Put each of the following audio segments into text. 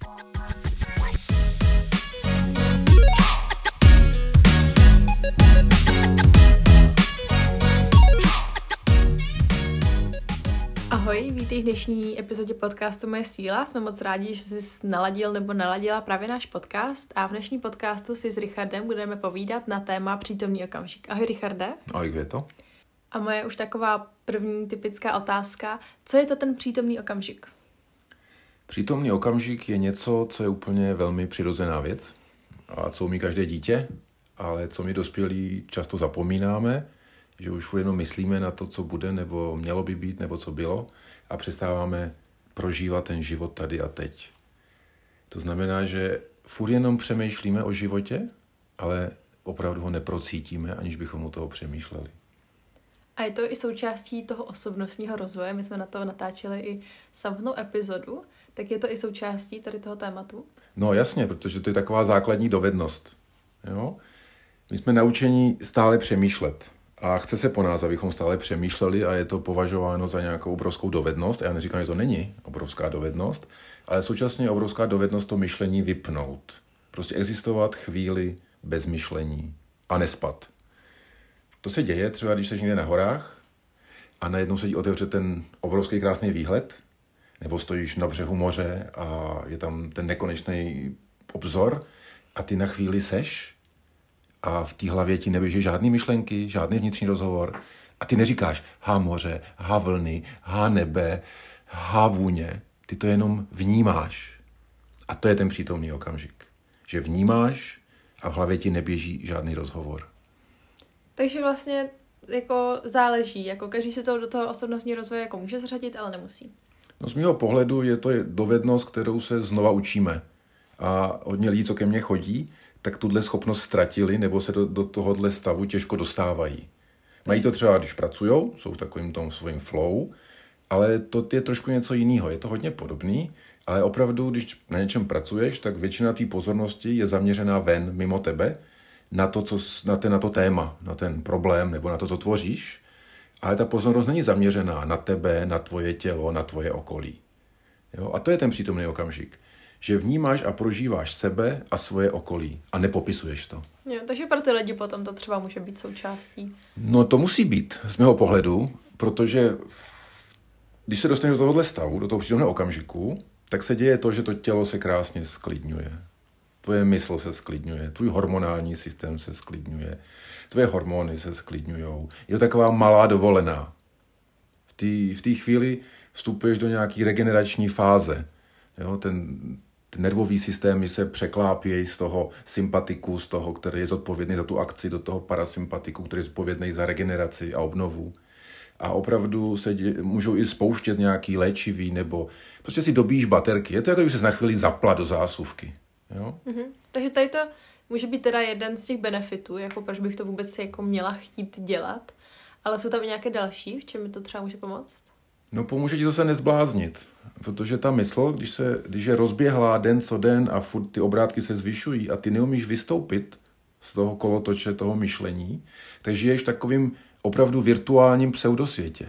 Ahoj, vítej v dnešní epizodě podcastu Moje síla. Jsme moc rádi, že jsi naladil nebo naladila právě náš podcast a v dnešní podcastu si s Richardem budeme povídat na téma přítomný okamžik. Ahoj, Richarde. Ahoj, Květo. A moje už taková první typická otázka. Co je to ten přítomný okamžik? Přítomný okamžik je něco, co je úplně velmi přirozená věc a co umí každé dítě, ale co my dospělí často zapomínáme, že už jenom myslíme na to, co bude, nebo mělo by být, nebo co bylo a přestáváme prožívat ten život tady a teď. To znamená, že furt jenom přemýšlíme o životě, ale opravdu ho neprocítíme, aniž bychom u toho přemýšleli. A je to i součástí toho osobnostního rozvoje. My jsme na to natáčeli i samotnou epizodu, tak je to i součástí tady toho tématu? No jasně, protože to je taková základní dovednost. Jo? My jsme naučeni stále přemýšlet. A chce se po nás, abychom stále přemýšleli a je to považováno za nějakou obrovskou dovednost. Já neříkám, že to není obrovská dovednost, ale současně je obrovská dovednost to myšlení vypnout. Prostě existovat chvíli bez myšlení a nespat. To se děje třeba, když jsi někde na horách a najednou se ti otevře ten obrovský krásný výhled, nebo stojíš na břehu moře a je tam ten nekonečný obzor a ty na chvíli seš a v té hlavě ti neběží žádný myšlenky, žádný vnitřní rozhovor a ty neříkáš ha moře, ha vlny, ha nebe, ha vůně. Ty to jenom vnímáš. A to je ten přítomný okamžik. Že vnímáš a v hlavě ti neběží žádný rozhovor. Takže vlastně jako záleží, jako každý se to do toho osobnostního rozvoje jako může zařadit, ale nemusí. No z mého pohledu je to dovednost, kterou se znova učíme. A hodně lidí, co ke mně chodí, tak tuhle schopnost ztratili nebo se do tohohle stavu těžko dostávají. Mají to třeba, když pracujou, jsou v takovém tom svým flow, ale to je trošku něco jiného. Je to hodně podobný, ale opravdu, když na něčem pracuješ, tak většina té pozornosti je zaměřená ven, mimo tebe, na to téma, na ten problém nebo na to, co tvoříš, ale ta pozornost není zaměřená na tebe, na tvoje tělo, na tvoje okolí. Jo? A to je ten přítomný okamžik. Že vnímáš a prožíváš sebe a svoje okolí a nepopisuješ to. Jo, takže pro ty lidi potom to třeba může být součástí. No to musí být z mého pohledu, protože když se dostaneš do tohohle stavu, do toho přítomného okamžiku, tak se děje to, že to tělo se krásně sklidňuje. Tvoje mysl se sklidňuje, tvůj hormonální systém se sklidňuje, tvoje hormony se sklidňujou. Je to taková malá dovolená. V té chvíli vstupuješ do nějaký regenerační fáze. Jo, ten nervový systémy se překlápějí z toho sympatiku, z toho, který je zodpovědný za tu akci, do toho parasympatiku, který je zodpovědný za regeneraci a obnovu. A opravdu se můžou i spouštět nějaký léčivý, nebo prostě si dobíjíš baterky. Je to jako, kdyby se na chvíli zapla do zásuvky. Jo? Mm-hmm. Takže tady to může být teda jeden z těch benefitů, jako proč bych to vůbec jako měla chtít dělat. Ale jsou tam i nějaké další, v čem mi to třeba může pomoct? No pomůže ti to se nezbláznit, protože ta mysl, když je rozběhlá den co den a furt ty obrátky se zvyšují a ty neumíš vystoupit z toho kolotoče, toho myšlení, tak žiješ v takovým opravdu virtuálním pseudosvětě.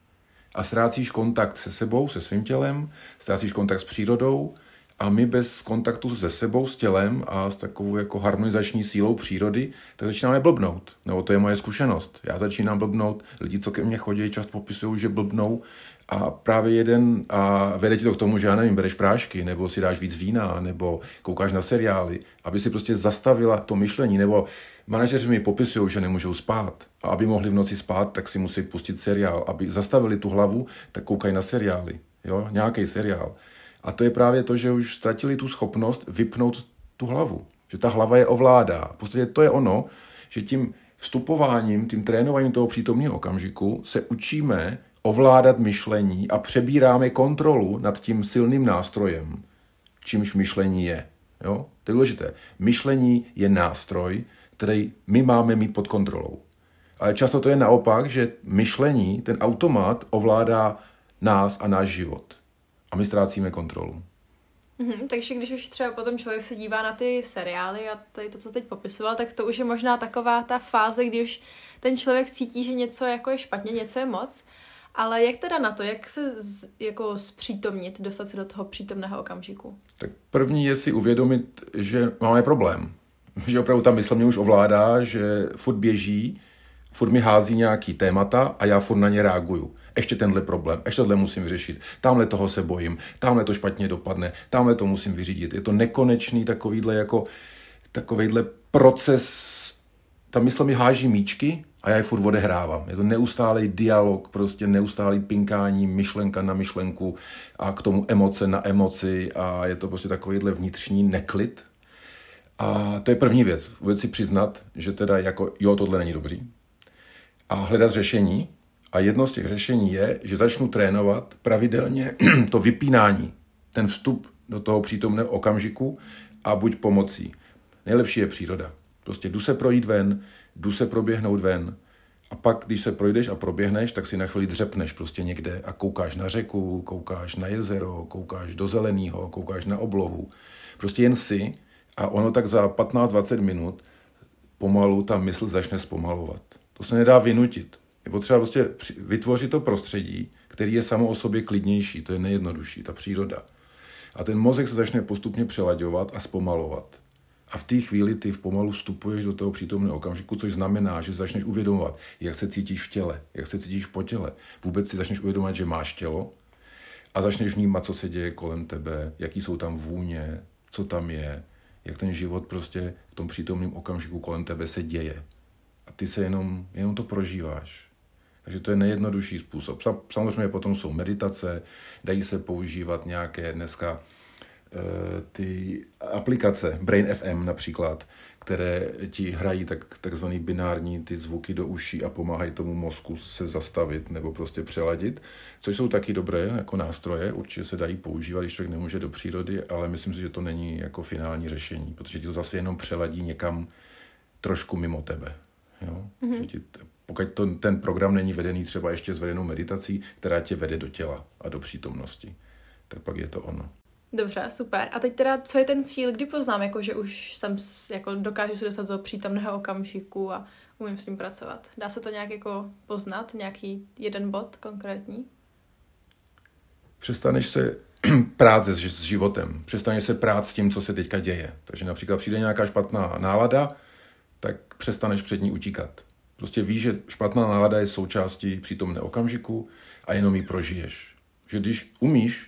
A ztrácíš kontakt se sebou, se svým tělem, ztrácíš kontakt s přírodou a my bez kontaktu se sebou, s tělem a s takovou jako harmonizační sílou přírody, tak začínáme blbnout. Nebo to je moje zkušenost. Já začínám blbnout, lidi, co ke mně chodí, často popisují, že blbnou a právě a vede ti to k tomu, že já nevím, bereš prášky, nebo si dáš víc vína, nebo koukáš na seriály, aby si prostě zastavila to myšlení, nebo manažeři mi popisují, že nemůžou spát a aby mohli v noci spát, tak si musí pustit seriál, aby zastavili tu hlavu, tak koukají na seriály, jo, nějaký seriál. A to je právě to, že už ztratili tu schopnost vypnout tu hlavu. Že ta hlava je ovládá. V podstatě to je ono, že tím vstupováním, tím trénováním toho přítomného okamžiku se učíme ovládat myšlení a přebíráme kontrolu nad tím silným nástrojem, čímž myšlení je. Jo? To je důležité. Myšlení je nástroj, který my máme mít pod kontrolou. Ale často to je naopak, že myšlení, ten automat ovládá nás a náš život. A my ztrácíme kontrolu. Takže když už třeba potom člověk se dívá na ty seriály a tady to, co teď popisoval, tak to už je možná taková ta fáze, kdy už ten člověk cítí, že něco jako je špatně, něco je moc Ale jak teda na to, jak se jako zpřítomnit, dostat se do toho přítomného okamžiku? Tak první je si uvědomit, že máme problém. Že opravdu ta mysl mě už ovládá, že furt běží, furt mi hází nějaký témata a já furt na ně reaguju. Ještě tenhle problém, ještě tohle musím vyřešit, tamhle toho se bojím, tamhle to špatně dopadne, tamhle to musím vyřídit. Je to nekonečný takovejhle proces, ta mysl mi háží míčky a já je furt odehrávám. Je to neustálý dialog, prostě neustálý pinkání, myšlenka na myšlenku a k tomu emoce na emoci a je to prostě takovýhle vnitřní neklid. A to je první věc. Vůbec si přiznat, že teda jako jo, tohle není dobrý. A hledat řešení. A jedno z těch řešení je, že začnu trénovat pravidelně to vypínání, ten vstup do toho přítomného okamžiku a buď pomocí. Nejlepší je příroda. Prostě jdu se projít ven, jdu se proběhnout ven a pak, když se projdeš a proběhneš, tak si na chvíli dřepneš prostě někde a koukáš na řeku, koukáš na jezero, koukáš do zeleného, koukáš na oblohu. Prostě jen si a ono tak za 15-20 minut pomalu ta mysl začne zpomalovat. To se nedá vynutit. Je potřeba prostě vytvořit to prostředí, který je samo o sobě klidnější, to je nejjednodušší, ta příroda. A ten mozek se začne postupně přelaďovat a zpomalovat. A v té chvíli ty pomalu vstupuješ do toho přítomného okamžiku, což znamená, že začneš uvědomovat, jak se cítíš v těle, jak se cítíš po těle. Vůbec si začneš uvědomovat, že máš tělo a začneš vnímat, co se děje kolem tebe, jaký jsou tam vůně, co tam je, jak ten život prostě v tom přítomném okamžiku kolem tebe se děje. A ty se jenom to prožíváš. Takže to je nejjednodušší způsob. Samozřejmě potom jsou meditace, dají se používat nějaké dneska ty aplikace, Brain FM například, které ti hrají takzvaný binární ty zvuky do uší a pomáhají tomu mozku se zastavit nebo prostě přeladit, což jsou taky dobré jako nástroje, určitě se dají používat, když člověk nemůže do přírody, ale myslím si, že to není jako finální řešení, protože ti to zase jenom přeladí někam trošku mimo tebe. Jo? Mm-hmm. Pokud ten program není vedený třeba ještě s vedenou meditací, která tě vede do těla a do přítomnosti, tak pak je to ono. Dobře, super. A teď teda, co je ten cíl, kdy poznám, jako, že už jsem dokážu se dostat do přítomného okamžiku a umím s ním pracovat? Dá se to nějak jako poznat, nějaký jeden bod konkrétní? Přestaneš se prát s životem, přestaneš se prát s tím, co se teďka děje. Takže například přijde nějaká špatná nálada, tak přestaneš před ní utíkat. Prostě víš, že špatná nálada je součástí přítomného okamžiku a jenom ji prožiješ. Že když umíš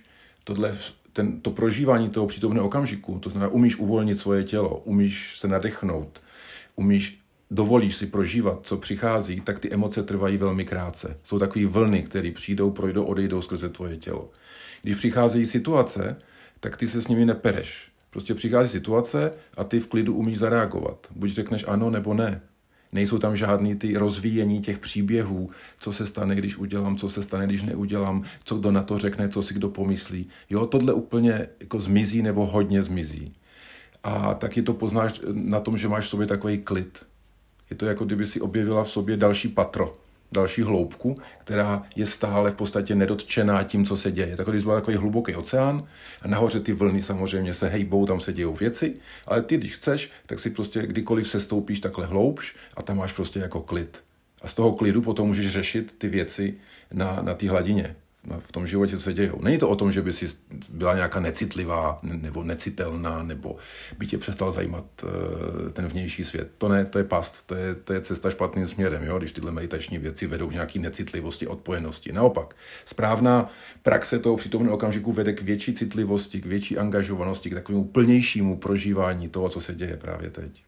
to prožívání toho přítomného okamžiku, to znamená, umíš uvolnit svoje tělo, umíš se nadechnout, dovolíš si prožívat, co přichází, tak ty emoce trvají velmi krátce. Jsou takové vlny, které přijdou, projdou, odejdou skrze tvoje tělo. Když přicházejí situace, tak ty se s nimi nepereš. Prostě přichází situace a ty v klidu umíš zareagovat. Buď řekneš ano, nebo ne. Nejsou tam žádný ty rozvíjení těch příběhů, co se stane, když udělám, co se stane, když neudělám, co kdo na to řekne, co si kdo pomyslí. Jo, tohle úplně jako zmizí nebo hodně zmizí. A taky to poznáš na tom, že máš v sobě takový klid. Je to jako kdyby si objevila v sobě další patro, další hloubku, která je stále v podstatě nedotčená tím, co se děje. Takový byl takový hluboký oceán a nahoře ty vlny samozřejmě se hejbou, tam se dějou věci, ale ty, když chceš, tak si prostě kdykoliv se stoupíš takhle hloubš a tam máš prostě jako klid. A z toho klidu potom můžeš řešit ty věci na té hladině, v tom životě, co se dějou. Není to o tom, že by si byla nějaká necitlivá nebo necitelná, nebo by tě přestal zajímat ten vnější svět. To ne, to je past, to je cesta špatným směrem, jo? Když tyhle meditační věci vedou k nějaký necitlivosti, odpojenosti. Naopak, správná praxe toho přítomného okamžiku vede k větší citlivosti, k větší angažovanosti, k takovému plnějšímu prožívání toho, co se děje právě teď.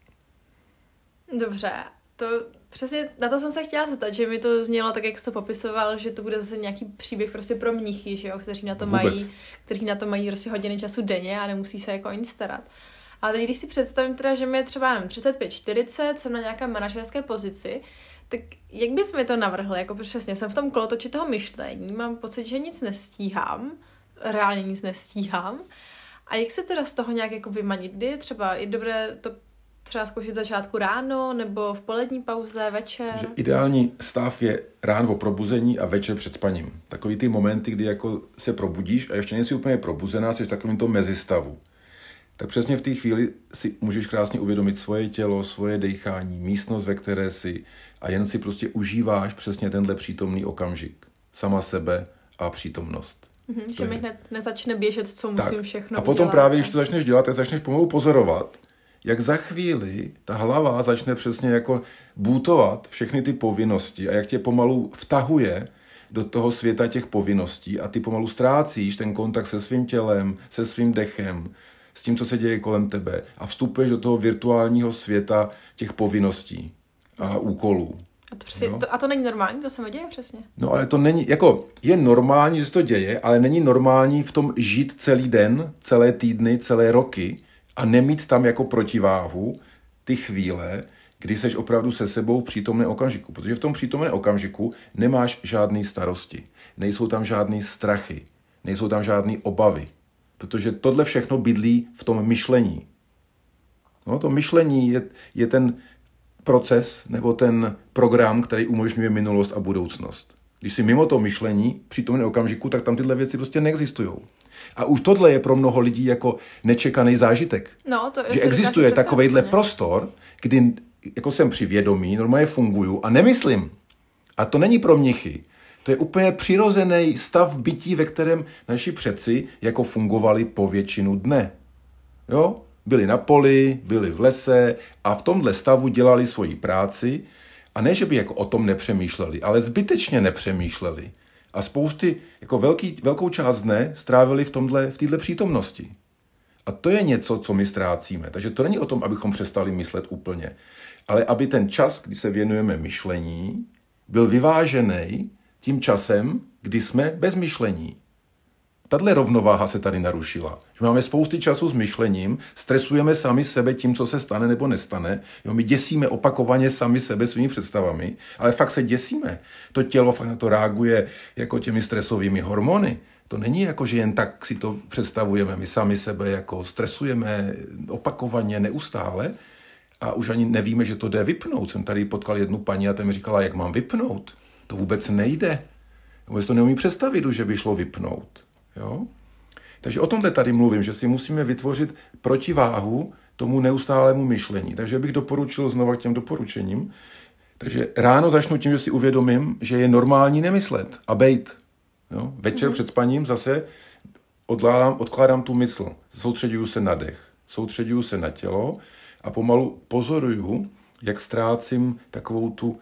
Dobře, to přesně na to jsem se chtěla zeptat, že mi to znělo tak, jak jsi to popisoval, že to bude zase nějaký příběh prostě pro mnichy, že jo, kteří na to mají prostě hodiny času denně a nemusí se jako o nic starat. Ale teď, když si představím teda, že mi je třeba 35-40, jsem na nějaké manažerské pozici, tak jak bys mi to navrhl? Jako přesně, jsem v tom kolotoči toho myšlení, mám pocit, že nic nestíhám, reálně nic nestíhám. A jak se teda z toho nějak jako vymanit? Kdy je třeba je dobré to třeba zkoušet začátku ráno, nebo v polední pauze, večer? Takže ideální stav je ráno probuzení a večer před spaním. Takový ty momenty, kdy jako se probudíš a ještě nejsi úplně probuzená, jsi v takovém tom mezistavu. Tak přesně v té chvíli si můžeš krásně uvědomit svoje tělo, svoje dýchání, místnost, ve které jsi a jen si prostě užíváš přesně tenhle přítomný okamžik. sama sebe a přítomnost. Že mi hned nezačne běžet, co musím všechno A potom udělat. právě, když to začneš dělat, tak začneš pomalu pozorovat, jak za chvíli ta hlava začne přesně jako bootovat všechny ty povinnosti a jak tě pomalu vtahuje do toho světa těch povinností a ty pomalu ztrácíš ten kontakt se svým tělem, se svým dechem, s tím, co se děje kolem tebe a vstupuješ do toho virtuálního světa těch povinností a úkolů. A to není normální, to se mi děje přesně. No ale to není, jako je normální, že se to děje, ale není normální v tom žít celý den, celé týdny, celé roky a nemít tam jako protiváhu ty chvíle, kdy seš opravdu se sebou v přítomném okamžiku. Protože v tom přítomném okamžiku nemáš žádné starosti, nejsou tam žádné strachy, nejsou tam žádné obavy. Protože tohle všechno bydlí v tom myšlení. No, to myšlení je ten proces nebo ten program, který umožňuje minulost a budoucnost. Když jsi mimo to myšlení, při tom okamžiku, tak tam tyhle věci prostě neexistují. A už tohle je pro mnoho lidí jako nečekaný zážitek. No, to že existuje takovejhle prostor, kdy jako jsem při vědomí, normálně funguju a nemyslím. A to není pro mnichy. To je úplně přirozený stav bytí, ve kterém naši předci jako fungovali po většinu dne. Jo? Byli na poli, byli v lese a v tomhle stavu dělali svoji práci a ne, že by jako o tom nepřemýšleli, ale zbytečně nepřemýšleli. A jako velkou část dne strávili v téhle přítomnosti. A to je něco, co my ztrácíme. Takže to není o tom, abychom přestali myslet úplně, ale aby ten čas, kdy se věnujeme myšlení, byl vyvážený tím časem, kdy jsme bez myšlení. Tahle rovnováha se tady narušila. Že máme spousty času s myšlením, stresujeme sami sebe tím, co se stane nebo nestane. Jo, my děsíme opakovaně sami sebe svými představami, ale fakt se děsíme. To tělo fakt na to reaguje jako těmi stresovými hormony. To není jako, že jen tak si to představujeme. My sami sebe jako stresujeme opakovaně, neustále a už ani nevíme, že to jde vypnout. Jsem tady potkal jednu paní a ta mi říkala, jak mám vypnout. To vůbec nejde. Vůbec to neumí představit, že by šlo vypnout. Jo? Takže o tomhle tady mluvím, že si musíme vytvořit protiváhu tomu neustálému myšlení. Takže bych doporučil znova k těm doporučením. Takže ráno začnu tím, že si uvědomím, že je normální nemyslet a bejt. Jo? Večer před spaním zase odkládám tu mysl. Soustředuju se na dech, soustředuju se na tělo a pomalu pozoruju, jak ztrácím takovou tu,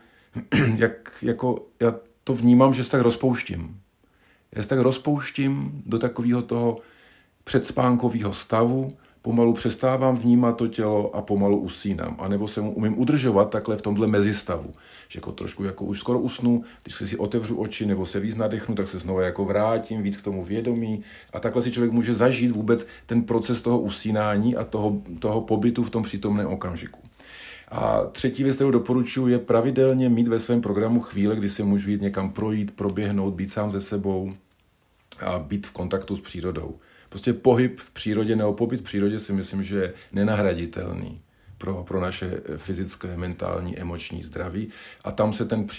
jako já to vnímám, že se tak rozpouštím. Já se tak rozpouštím do takového toho předspánkového stavu, pomalu přestávám vnímat to tělo a pomalu usínám. A nebo se umím udržovat takhle v tomhle mezistavu. Že jako trošku jako už skoro usnu, když si otevřu oči nebo se víc nadechnu, tak se znovu jako vrátím víc k tomu vědomí. A takhle si člověk může zažít vůbec ten proces toho usínání a toho pobytu v tom přítomném okamžiku. A třetí věc, kterou doporučuji, je pravidelně mít ve svém programu chvíle, kdy se můžu jít někam projít, proběhnout, být sám se sebou a být v kontaktu s přírodou. Prostě pohyb v přírodě nebo pobyt v přírodě si myslím, že je nenahraditelný pro naše fyzické, mentální, emoční zdraví. A tam se ten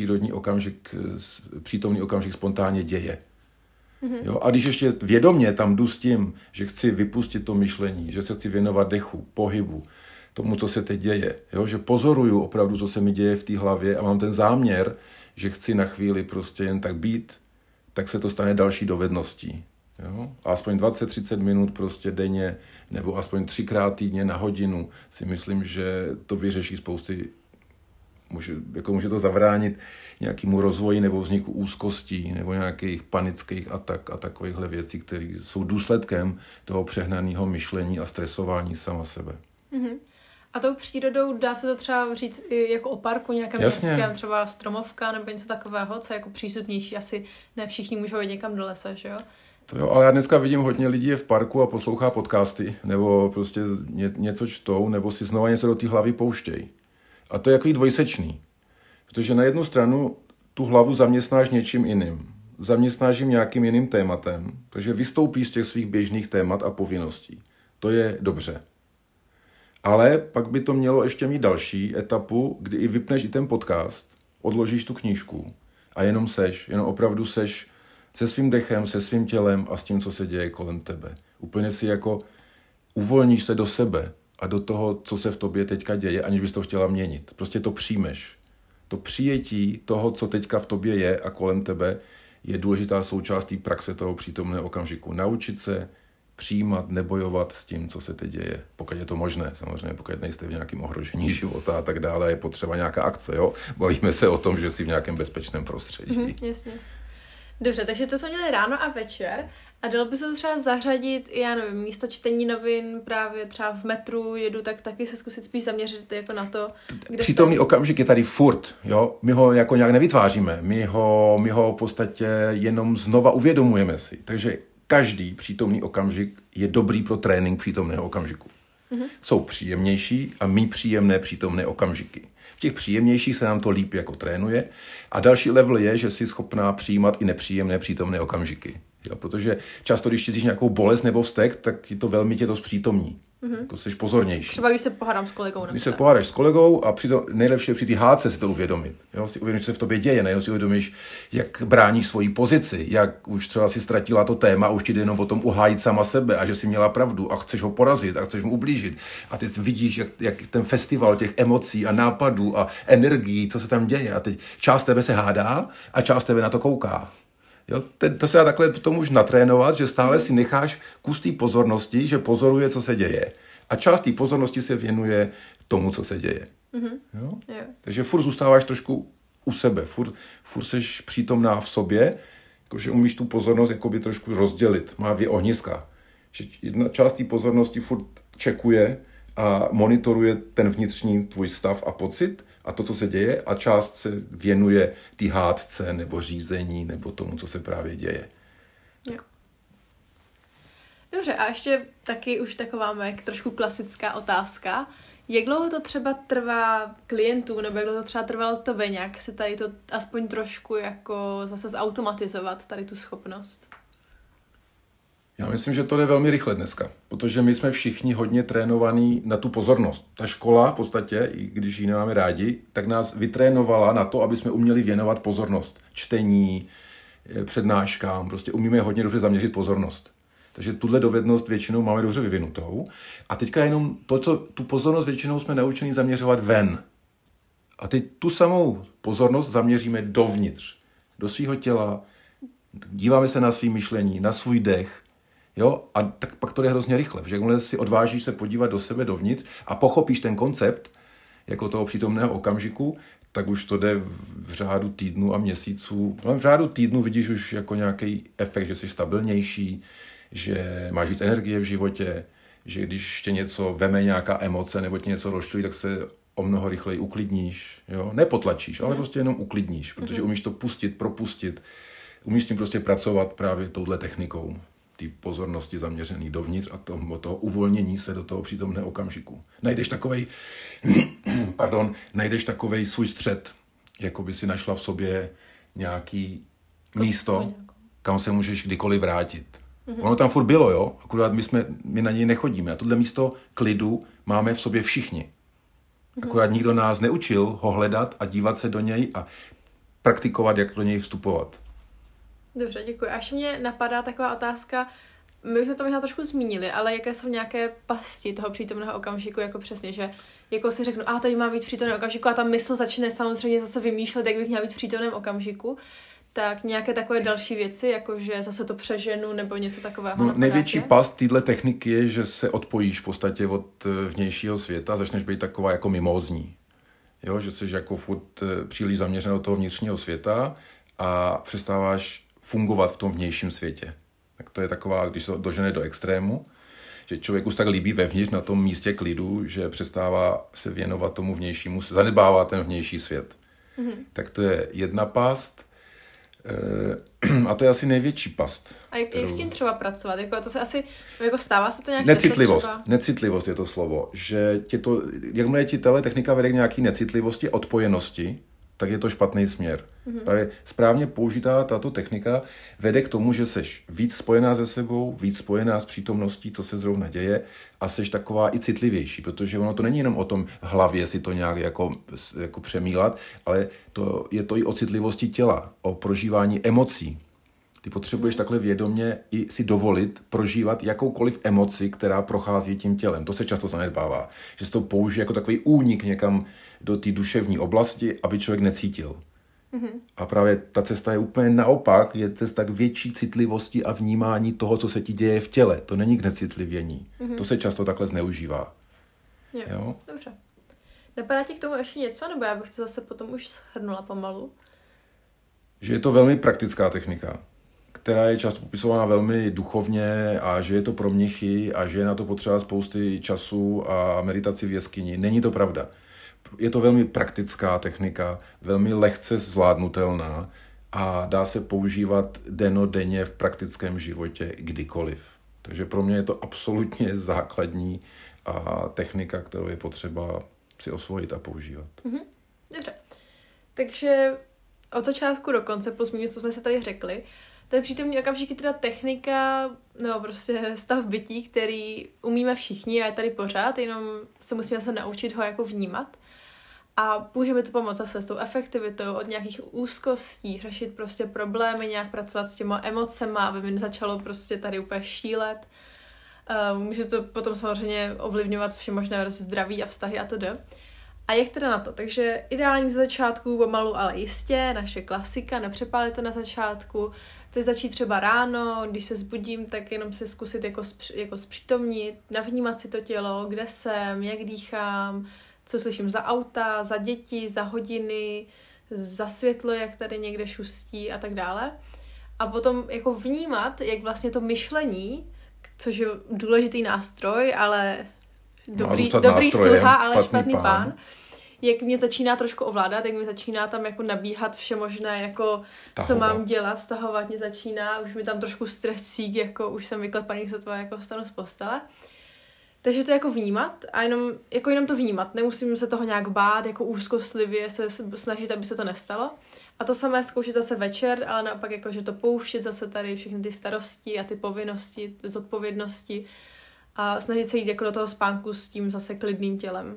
přítomný okamžik spontánně děje. Jo? A když ještě vědomě tam jdu s tím, že chci vypustit to myšlení, že se chci věnovat dechu, pohybu, tomu, co se teď děje. Jo? Že pozoruju opravdu, co se mi děje v té hlavě a mám ten záměr, že chci na chvíli prostě jen tak být, tak se to stane další dovedností. Jo? A aspoň 20-30 minut prostě denně, nebo aspoň 3krát týdně na hodinu si myslím, že to vyřeší spousty, může to zabránit nějakému rozvoji nebo vzniku úzkostí nebo nějakých panických atak a takovýchhle věcí, které jsou důsledkem toho přehnaného myšlení a stresování sama sebe. Mm-hmm. A tou přírodou dá se to třeba říct i jako o parku nějakém městském, třeba stromovka nebo něco takového, co je jako přístupnější. Asi ne všichni můžou jít někam do lesa, že jo? To jo, ale já dneska vidím hodně lidí je v parku a poslouchá podcasty, nebo prostě něco čtou, nebo si znova něco do té hlavy pouštějí. A to je takový dvojsečný. Protože na jednu stranu tu hlavu zaměstnáš něčím jiným. Zaměstnáš jim nějakým jiným tématem, takže vystoupíš z těch svých běžných témat a povinností. To je dobře. Ale pak by to mělo ještě mít další etapu, kdy i vypneš i ten podcast, odložíš tu knížku a jenom opravdu seš se svým dechem, se svým tělem a s tím, co se děje kolem tebe. Úplně si jako uvolníš se do sebe a do toho, co se v tobě teďka děje, aniž bys to chtěla měnit. Prostě to přijmeš. To přijetí toho, co teďka v tobě je a kolem tebe, je důležitá součást té praxe toho přítomného okamžiku. Naučit se přijímat, nebojovat s tím, co se teď děje, pokud je to možné. Samozřejmě, pokud nejste v nějakém ohrožení života a tak dále, je potřeba nějaká akce, jo? Bavíme se o tom, že jsi v nějakém bezpečném prostředí. Jasně. Dobře, takže to jsme měli ráno a večer a dalo by se to třeba zařadit, já nevím, místo čtení novin právě třeba v metru jedu, tak taky se zkusit spíš zaměřit jako na to, kde přítomný okamžik je tady furt, jo? My ho jako nějak nevytváříme, my ho v podstatě jenom znova uvědomujeme si. Takže každý přítomný okamžik je dobrý pro trénink přítomného okamžiku. Jsou příjemnější a méně příjemné přítomné okamžiky. V těch příjemnějších se nám to líp jako trénuje a další level je, že jsi schopná přijímat i nepříjemné přítomné okamžiky. Jo, protože často, když cítíš nějakou bolest nebo vztek, tak tě to zpřítomní. Jako jsi pozornější. Třeba když se pohádám s kolegou. Když se pohádáš s kolegou a nejlepší je při té hádce si to uvědomit. Jo? Si uvědomíš, co se v tobě děje, nejenom si uvědomíš, jak bráníš svoji pozici, jak už třeba si ztratila to téma a už ti jde jenom o tom uhájit sama sebe a že jsi měla pravdu a chceš ho porazit a chceš mu ublížit. A ty vidíš, jak ten festival těch emocí a nápadů a energií, co se tam děje. A teď část tebe se hádá a část tebe na to kouká. Jo, to se dá takhle tomu už natrénovat, že stále si necháš kus té pozornosti, že pozoruje, co se děje. A část té pozornosti se věnuje tomu, co se děje. Jo? Takže furt zůstáváš trošku u sebe, furt seš přítomná v sobě, jakože umíš tu pozornost jakoby trošku rozdělit. Má 2 ohniska. Že jedna část té pozornosti furt čekuje a monitoruje ten vnitřní tvůj stav a pocit a to, co se děje, a část se věnuje té hádce nebo řízení nebo tomu, co se právě děje. Jo. Dobře, a ještě taky už taková moje trošku klasická otázka. Jak dlouho to třeba trvá klientů, nebo jak dlouho to třeba trvalo tobě nějak si tady to aspoň trošku jako zase zautomatizovat, tady tu schopnost? Já myslím, že to jde velmi rychle dneska, protože my jsme všichni hodně trénovaní na tu pozornost. Ta škola v podstatě, i když ji nemáme rádi, tak nás vytrénovala na to, aby jsme uměli věnovat pozornost. Čtení, přednáškám, prostě umíme hodně dobře zaměřit pozornost. Takže tuhle dovednost většinou máme dobře vyvinutou. A teďka jenom tu pozornost většinou jsme naučeni zaměřovat ven. A teď tu samou pozornost zaměříme dovnitř, do svého těla, díváme se na svý myšlení, na svůj dech. Jo? A tak pak to jde hrozně rychle, protože jakmile si odvážíš se podívat do sebe dovnitř a pochopíš ten koncept jako toho přítomného okamžiku, tak už to jde v řádu týdnů a měsíců. V řádu týdnů vidíš už jako nějaký efekt, že jsi stabilnější, že máš víc energie v životě, že když tě něco veme, nějaká emoce nebo tě něco rozčilí, tak se o mnoho rychleji uklidníš. Jo? Nepotlačíš, ale prostě jenom uklidníš, protože umíš to pustit, propustit. Umíš tím prostě pracovat právě touhle technikou. Té pozornosti zaměřený dovnitř a toho uvolnění se do toho přítomného okamžiku. Najdeš takovej svůj střed, jako by si našla v sobě nějaký místo, kam se můžeš kdykoliv vrátit. Ono tam furt bylo, jo? Akorát my na něj nechodíme. A tohle místo klidu máme v sobě všichni. Akorát nikdo nás neučil ho hledat a dívat se do něj a praktikovat, jak do něj vstupovat. Dobře, děkuji. A ještě mě napadá taková otázka, my už jsme to možná trošku zmínili, ale jaké jsou nějaké pasti toho přítomného okamžiku, jako přesně, že jako si řeknu, tady má být v přítomném okamžiku a ta mysl začne samozřejmě zase vymýšlet, jak bych měla být v přítomném okamžiku, tak nějaké takové další věci, jako že zase to přeženu nebo něco takového. No, největší past téhle techniky je, že se odpojíš v podstatě od vnějšího světa, začneš být taková jako mimózní. Jo, že jsi jako furt příliš zaměřen do toho vnitřního světa a přestáváš fungovat v tom vnějším světě. Tak to je taková, když se dožene do extrému, že člověk už tak líbí vevnitř na tom místě klidu, že přestává se věnovat tomu vnějšímu, zanedbává ten vnější svět. Tak to je jedna past a to je asi největší past. A jak s tím třeba pracovat? Jako to se asi, jako vstává se to nějak... Necitlivost je to slovo, že jakmile ti tahle technika vede k nějaký necitlivosti, odpojenosti, tak je to špatný směr. Právě správně použitá tato technika vede k tomu, že seš víc spojená se sebou, víc spojená s přítomností, co se zrovna děje a seš taková i citlivější, protože ono to není jenom o tom v hlavě si to nějak jako přemýlat, ale je to i o citlivosti těla, o prožívání emocí. Ty potřebuješ takhle vědomě i si dovolit prožívat jakoukoliv emoci, která prochází tím tělem. To se často zanedbává. Že se to použije jako takový únik někam do té duševní oblasti, aby člověk necítil. A právě ta cesta je úplně naopak, je cesta k větší citlivosti a vnímání toho, co se ti děje v těle. To není k necitlivění. To se často takhle zneužívá. Jo? Dobře. Napadá ti k tomu ještě něco, nebo já bych to zase potom už shrnula pomalu? Že je to velmi praktická technika, která je často popisována velmi duchovně a že je to pro mnichy a že je na to potřeba spousty času a meditaci v jeskyni. Není to pravda. Je to velmi praktická technika, velmi lehce zvládnutelná a dá se používat dennodenně v praktickém životě kdykoliv. Takže pro mě je to absolutně základní technika, kterou je potřeba si osvojit a používat. Dobře. Takže od začátku do konce, plus minus, co jsme si tady řekli, ten přítomný okamžik je teda technika, nebo prostě stav bytí, který umíme všichni a je tady pořád, jenom se musíme se naučit ho jako vnímat. A můžeme to pomoct zase s tou efektivitou, od nějakých úzkostí, řešit prostě problémy, nějak pracovat s těma emocema, aby mi začalo prostě tady úplně šílet. Může to potom samozřejmě ovlivňovat všemožné zdraví a vztahy a td. A jak teda na to? Takže ideální ze začátku, pomalu, ale jistě, naše klasika, nepřepálit to na začátku. Teď začít třeba ráno, když se zbudím, tak jenom si zkusit jako zpřítomnit, navnímat si to tělo, kde jsem, jak dýchám, co slyším za auta, za děti, za hodiny, za světlo, jak tady někde šustí a tak dále. A potom jako vnímat, jak vlastně to myšlení, což je důležitý nástroj, ale dobrý sluha, ale špatný pán. Jak mě začíná trošku ovládat, jak mi začíná tam jako nabíhat všemožné, jako co mám dělat, stahovat mě začíná, už mi tam trošku stresík, jako už jsem vyklepaný, sotva jako stanu z postele. Takže to jako vnímat a jenom to vnímat. Nemusím se toho nějak bát, jako úzkostlivě se snažit, aby se to nestalo. A to samé zkoušet zase večer, ale naopak jako, že to pouštět zase tady všechny ty starosti a ty povinnosti, zodpovědnosti a snažit se jít jako do toho spánku s tím zase klidným tělem.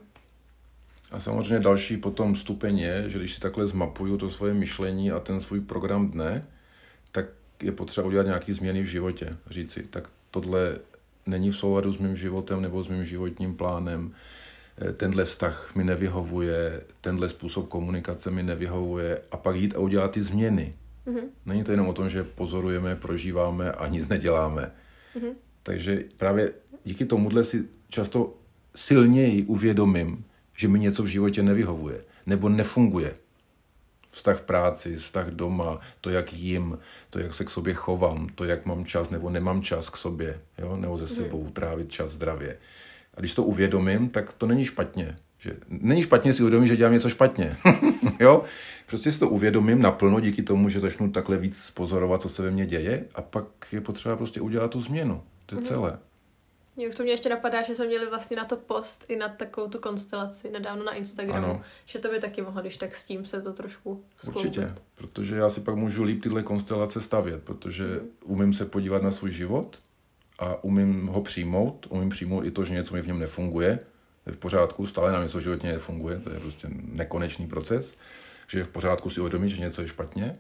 A samozřejmě další potom stupeň je, že když si takhle zmapuju to svoje myšlení a ten svůj program dne, tak je potřeba udělat nějaké změny v životě. Říct si, tak tohle není v souladu s mým životem nebo s mým životním plánem, tenhle vztah mi nevyhovuje, tenhle způsob komunikace mi nevyhovuje a pak jít a udělat ty změny. Není to jenom o tom, že pozorujeme, prožíváme a nic neděláme. Takže právě díky tomuhle si často silněji uvědomím, že mi něco v životě nevyhovuje nebo nefunguje. Vztah v práci, vztah doma, to, jak jim, to, jak se k sobě chovám, to, jak mám čas nebo nemám čas k sobě, jo? Nebo se sebou trávit čas zdravě. A když to uvědomím, tak to není špatně. Není špatně si uvědomit, že dělám něco špatně. Jo? Prostě si to uvědomím naplno díky tomu, že začnu takhle víc pozorovat, co se ve mně děje a pak je potřeba prostě udělat tu změnu. To je celé. Už to mě ještě napadá, že jsme měli vlastně na to post i na takovou tu konstelaci nedávno na Instagramu, ano. Že to by taky mohlo, když tak s tím se to trošku skloubit. Určitě, protože já si pak můžu líp tyhle konstelace stavět, protože umím se podívat na svůj život a umím ho přijmout, umím přijmout i to, že něco mi v něm nefunguje, je v pořádku, stále nám něco v životě nefunguje, to je prostě nekonečný proces, že je v pořádku si uvědomit, že něco je špatně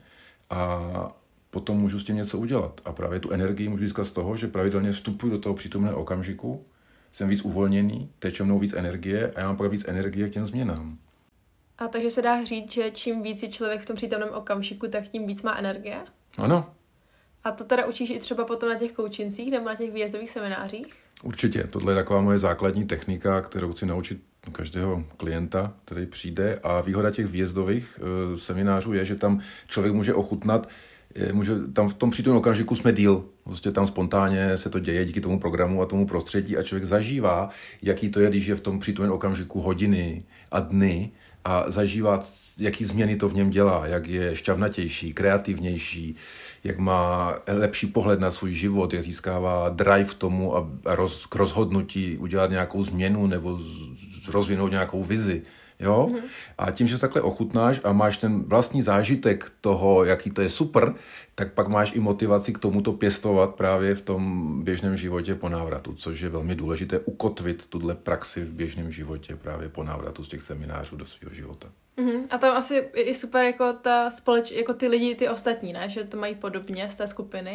a potom můžu s tím něco udělat. A právě tu energii můžu získat z toho, že pravidelně vstupuji do toho přítomného okamžiku, jsem víc uvolněný, teče mnou víc energie a já mám pak víc energie k těm změnám. A takže se dá říct, že čím víc je člověk v tom přítomném okamžiku, tak tím víc má energie? Ano. A to teda učíš i třeba potom na těch koučincích nebo na těch výjezdových seminářích? Určitě. Tohle je taková moje základní technika, kterou chci naučit každého klienta, který přijde. A výhoda těch výjezdových seminářů je, že tam člověk může ochutnat, tam v tom přítomném okamžiku jsme díl. Prostě tam spontánně se to děje díky tomu programu a tomu prostředí a člověk zažívá, jaký to je, když je v tom přítomném okamžiku hodiny a dny a zažívá, jaký změny to v něm dělá, jak je šťavnatější, kreativnější, jak má lepší pohled na svůj život, jak získává drive k tomu a k rozhodnutí udělat nějakou změnu nebo rozvinout nějakou vizi. Jo? A tím, že takhle ochutnáš a máš ten vlastní zážitek toho, jaký to je super, tak pak máš i motivaci k tomuto pěstovat právě v tom běžném životě po návratu, což je velmi důležité ukotvit tuhle praxi v běžném životě právě po návratu z těch seminářů do svého života. A tam asi je super jako jako ty lidi, ty ostatní, ne? Že to mají podobně z té skupiny.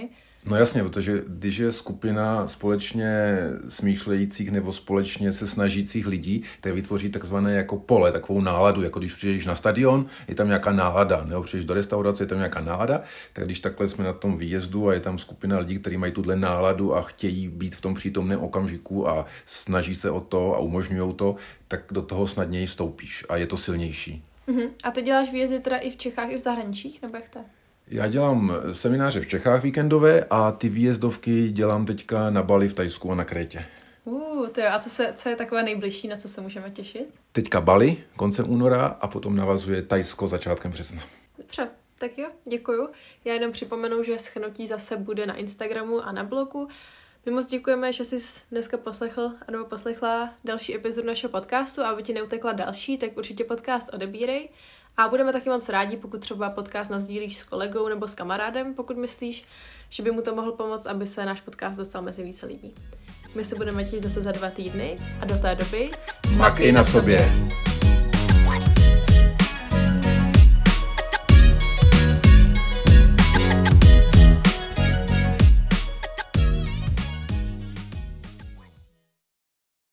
No jasně, protože když je skupina společně smýšlejících nebo společně se snažících lidí, tak vytvoří takzvané jako pole, takovou náladu, jako když přijdeš na stadion, je tam nějaká nálada, nebo přijdeš do restaurace, je tam nějaká nálada, tak když takhle jsme na tom výjezdu a je tam skupina lidí, kteří mají tuhle náladu a chtějí být v tom přítomném okamžiku a snaží se o to a umožňují to, tak do toho snadněji vstoupíš a je to silnější. A ty děláš výjezdy teda i v Čechách, i v zahraničích, nebo jak to je? Já dělám semináře v Čechách víkendové a ty výjezdovky dělám teďka na Bali, v Thajsku a na Krétě. To jo, a co je takové nejbližší, na co se můžeme těšit? Teďka Bali koncem února a potom navazuje Thajsko začátkem března. Dobře, tak jo, děkuju. Já jenom připomenu, že shrnutí zase bude na Instagramu a na blogu. My moc děkujeme, že jsi dneska poslechla další epizodu našeho podcastu a aby ti neutekla další, tak určitě podcast odebírej. A budeme taky moc rádi, pokud třeba podcast nasdílíš s kolegou nebo s kamarádem, pokud myslíš, že by mu to mohl pomoct, aby se náš podcast dostal mezi více lidí. My se budeme těšit zase za 2 týdny a do té doby makej na sobě.